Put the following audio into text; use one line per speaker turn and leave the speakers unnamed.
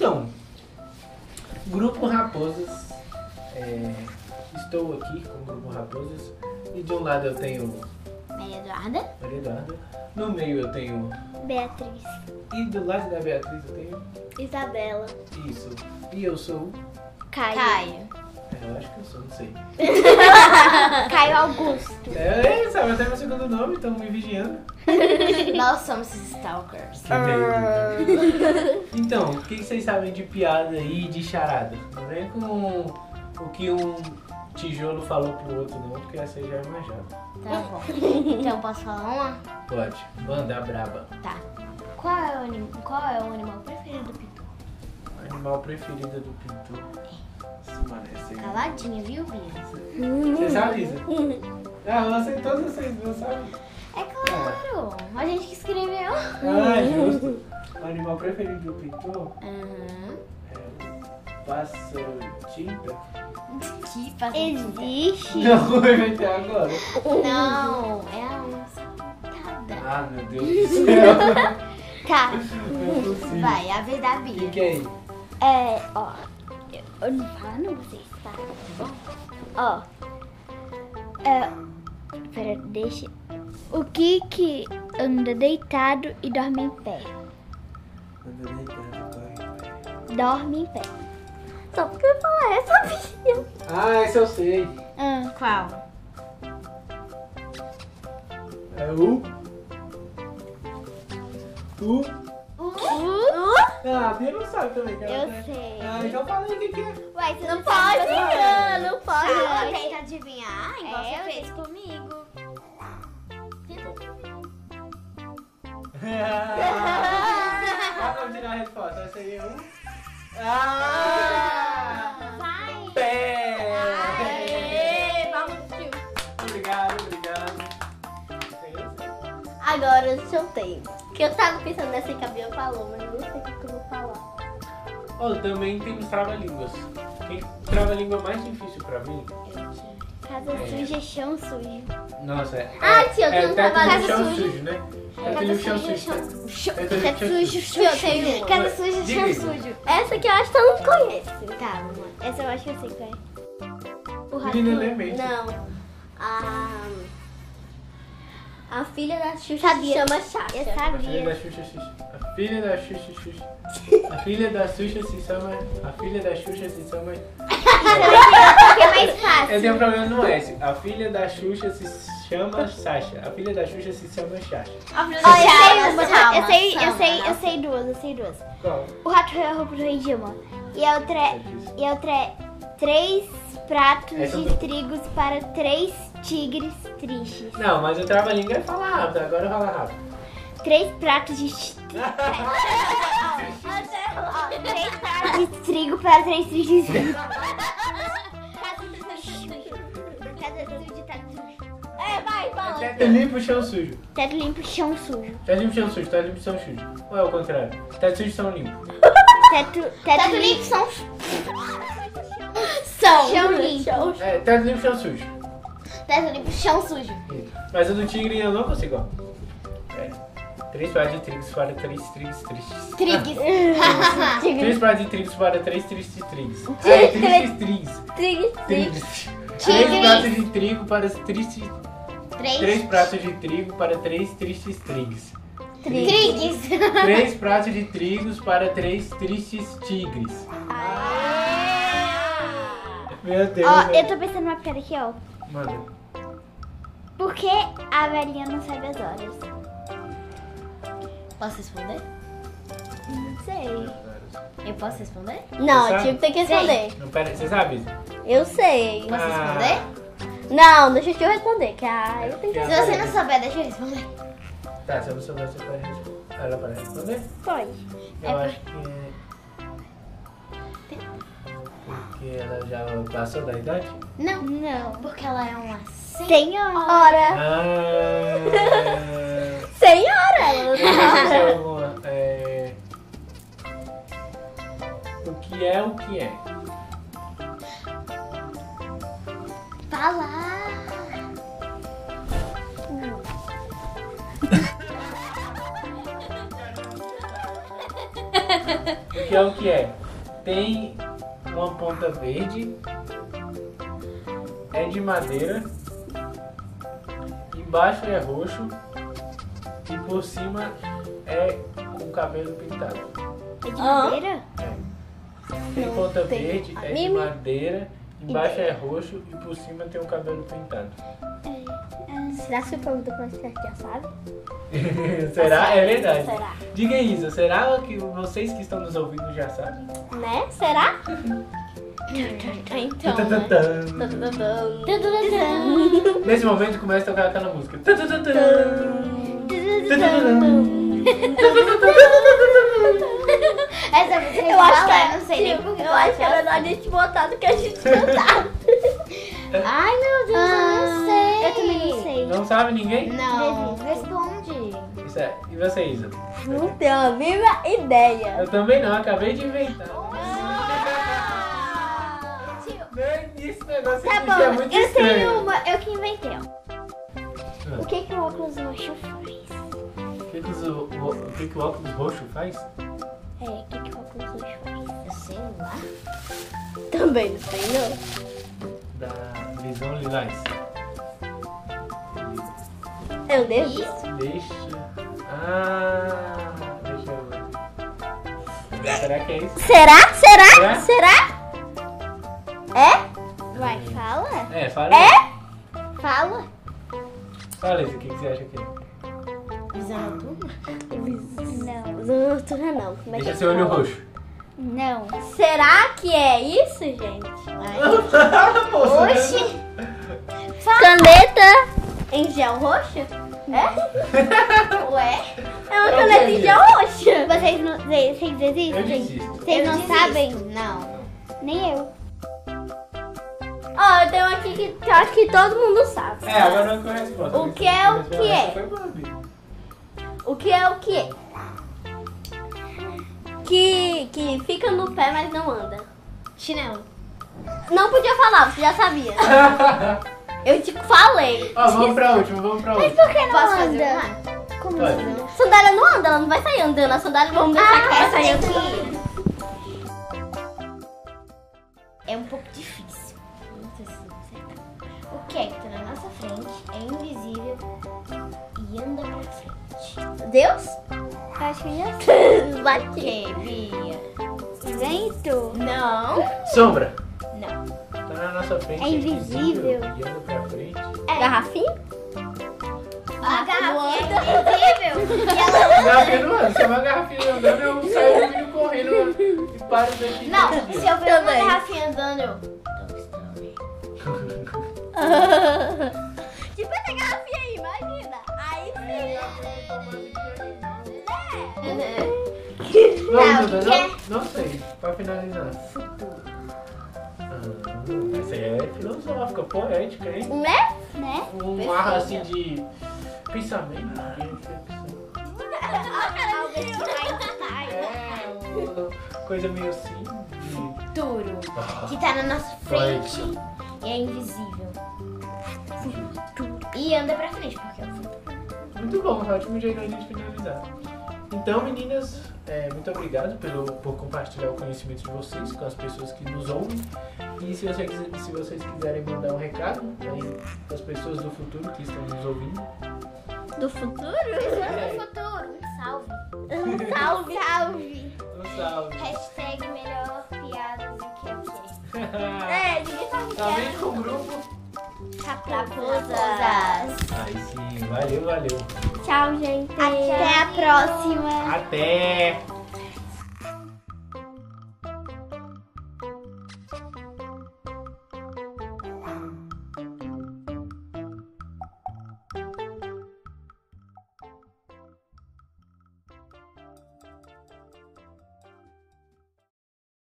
Então, Grupo Raposas. Estou aqui com o Grupo Raposas. E de um lado eu tenho
Maria Eduarda.
Maria Eduarda. No meio eu tenho
Beatriz.
E do lado da Beatriz eu tenho
Isabela.
Isso. E eu sou
Caio.
eu acho que eu sou, não sei.
Caio Augusto.
Sabe até meu segundo nome, estão me vigiando.
Nós somos stalkers.
Que medo. Então, o que vocês sabem de piada e de charada? Não vem com o que um tijolo falou pro outro não, porque essa aí já é manjada.
Tá bom. Então posso falar uma?
Pode, manda a braba.
Tá. Qual é o animal preferido do Pitu?
Animal preferido do pintor. Esse mano, esse aí.
Caladinha, viu, Bia?
Você sabe, Isa? Eu sei, todos vocês não sabem.
É claro. A gente que escreveu.
Justo. O animal preferido do pintor
Aham.
é o pássaro tinta.
Que faz
Existe.
Não, vou inventar agora.
Não, é a onça pintada.
Ah, meu Deus do céu.
Tá.
Não é possível.
Vai, a vez da Bia.
Quem que é aí?
Ó. Eu não falo não, vocês, tá? Ó. Pera, deixa. O que anda deitado e dorme em pé?
Anda deitado, corre.
Dorme em pé. Só porque eu falar essa, Bia.
Esse eu sei.
Qual?
É o... Ah, a Bia não sabe também. Que ela
Eu
tem.
sei.
Então fala aí o que é.
Uai, você não
pode,
sabe. Não pode.
Tá, tenta adivinhar, igual
É,
você
eu
fez comigo.
Vamos tirar a resposta. Essa aí é um...
Vai.
Pé!
Aê, vamos, tio.
Obrigado.
Agora eu tenho. Que eu tava pensando nessa que a Bia falou, mas eu não sei o que eu vou falar.
Também tem os trava-línguas. Quem trava-língua mais difícil pra mim?
Casa suja, chão sujo.
Nossa,
tia, eu tenho
teto
trabalho
no chão
sujo.
sujo, né? Teto no chão sujo. Teto no
Teto
chão
sujo,
sujo.
eu tenho uma. Casa suja,
Diga
chão
aí.
sujo. Essa que eu acho que eu não conheço.
Tá, vamos lá.
Essa eu acho que eu sei qual é. O rato.
Menina, lembrei.
Não. A filha da Xuxa se chama Xaxa. Eu
A filha
sabia.
da Xuxa, Xuxa. A filha da Xuxa, Xuxa. A filha da Xuxa se chama... A filha da Xuxa se chama...
Que é mais fácil.
Eu tenho um problema no S. A filha da Xuxa se chama Sasha. A filha da Xuxa se chama Xaxa.
Eu sei duas.
Qual?
O rato é a roupa do rei Dilma. E a outra é 3 pratos
Essa
de
eu tô-
trigos para 3 tigres tristes.
Não, mas o trava-língua é falar rápido. Agora fala rápido.
3 pratos de 3 pratos de trigo para 3 tristes. Vai.
Teto limpo, chão sujo.
Teto limpo, chão sujo.
Teto limpo, chão sujo. Teto limpo, chão sujo. Ou é o contrário? Teto sujo, chão limpo.
Teto limpo, chão limpo.
Teto limpo, chão sujo.
Teto limpo, chão sujo.
Mas o do tigre eu não consigo, ó. 3 pratos de trigos para 3 trigos tristes.
Trigues.
3 pratos de trigos para 3 tristes trigos. Tristes trigos. Trigos. 3 pratos de trigo para os tristes... 3 pratos de trigo para 3 tristes trigos.
Trigues.
3 pratos de trigos para 3 tristes tigres. Meu Deus.
Ó,
velho.
eu tô pensando numa piada aqui, ó.
Manda.
Por que a velhinha não sabe as horas?
Posso responder?
Não sei.
Eu posso responder?
Não,
Você sabe?
tipo, tem que responder.
Não, pera, você sabe?
Eu sei.
Posso
Ah.
responder?
Não, deixa eu responder, que eu tenho que
Se você não souber, deixa eu responder.
Tá, se eu não souber, você pode responder. Ela pode responder?
Pode.
Eu acho que porque ela já passou da idade?
Não.
Porque ela é uma
Senhora.
Ah,
Senhora!
eu sei alguma. O que é o que é?
Falar.
O que que é o que é? Tem uma ponta verde, é de madeira, embaixo é roxo e por cima é com cabelo pintado.
É de madeira?
Tem ponta verde, é de
Mimi.
madeira, embaixo é roxo e por cima tem um cabelo pintado.
Será que o povo do podcast já sabe?
Será? É verdade.
Será?
Diga Isa, será que vocês que estão nos ouvindo já sabem?
Né? Será? Então, né?
Nesse momento começa a tocar aquela música.
Essa música
Eu acho que
não sei nem porque
eu acho que é melhor a gente botar do que a gente cantar.
Ai, meu Deus, eu não sei.
Eu também não sei.
Não sabe ninguém?
Não, responde.
Isso é. E você, Isa?
Não tenho a mínima ideia.
Eu também não, acabei de inventar. Esse negócio
Tá
aqui
bom,
é muito
eu
estranho.
tenho uma, eu que inventei, ó.
O
O que o óculos roxo faz?
O que o óculos roxo faz?
É, o que o óculos roxo faz? Eu sei lá.
Também não sei, não.
Da visão lilás.
Eu devo?
Deixa. Deixa eu ver. Será que é isso?
Será? Será?
Será?
Será? É?
Vai, fala.
É, fala aí.
Fala.
Fala isso, o que você acha que é?
Visão noturna? Não.
Noturna não. Como é que
Deixa
é
seu olho
fala?
roxo.
Não.
Será que é isso, gente?
Oxi.
Caneta em gel roxo? É?
Ué?
É uma
Eu
caneta em
entendi.
gel roxo.
Vocês
Eu
desistem?
desisto.
Vocês não sabem?
Não.
Nem eu.
Ó, eu tenho aqui que eu acho que todo mundo sabe.
É, agora eu respondo.
O que é o que é?
Foi boa, Bia.
O que é o que é? Que fica no pé, mas não anda.
Chinelo.
Não podia falar, você já sabia. Eu te falei.
Ó, vamos pra última, vamos pra última.
Por que não
Posso fazer
anda?
uma?
Como
Pode.
assim?
Sandália não anda, ela não vai sair andando. A sandália vamos deixar que vai
essa
sair
daqui.
andando.
É um pouco difícil. Não sei se vou acertar. O que é que tá na nossa frente, é invisível e anda pra frente?
Deus?
Acho que já sei. O
Bate.
que, Bia?
Vento.
Não.
Sombra.
Não.
Tá na nossa frente.
É invisível.
E anda pra frente.
Garrafinha?
A garrafinha é invisível. E ela...
Garrafinha não anda. Se é uma garrafinha andando, eu saio do vídeo correndo e paro daqui.
Não,
todo
se
dia.
eu ver uma
Também.
garrafinha andando, eu...
Tipo essa garrafinha aí, imagina. Aí
Vamos,
Tá, o que
não sei. Pra finalizar. Essa aí é filosófica, poética, hein?
sim. Né?
Né?
Um ar assim de pensamento, de reflexão.
Albert Einstein.
É, uma coisa meio assim.
Futuro. Que tá na nossa frente e é invisível. E anda pra frente, porque é o futuro.
Muito bom, ótimo jeito da gente finalizar. Então, meninas, muito obrigado por compartilhar o conhecimento de vocês com as pessoas que nos ouvem. E se vocês quiserem mandar um recado aí para as pessoas do futuro que estão nos ouvindo.
Do futuro?
No futuro, um salve.
Salve.
Salve.
Um salve.
Hashtag melhor piadas do que o quê?
Ninguém sabe o que
Também com o grupo.
Raposas.
Aí sim, valeu.
Tchau, gente.
Até a próxima.
Até!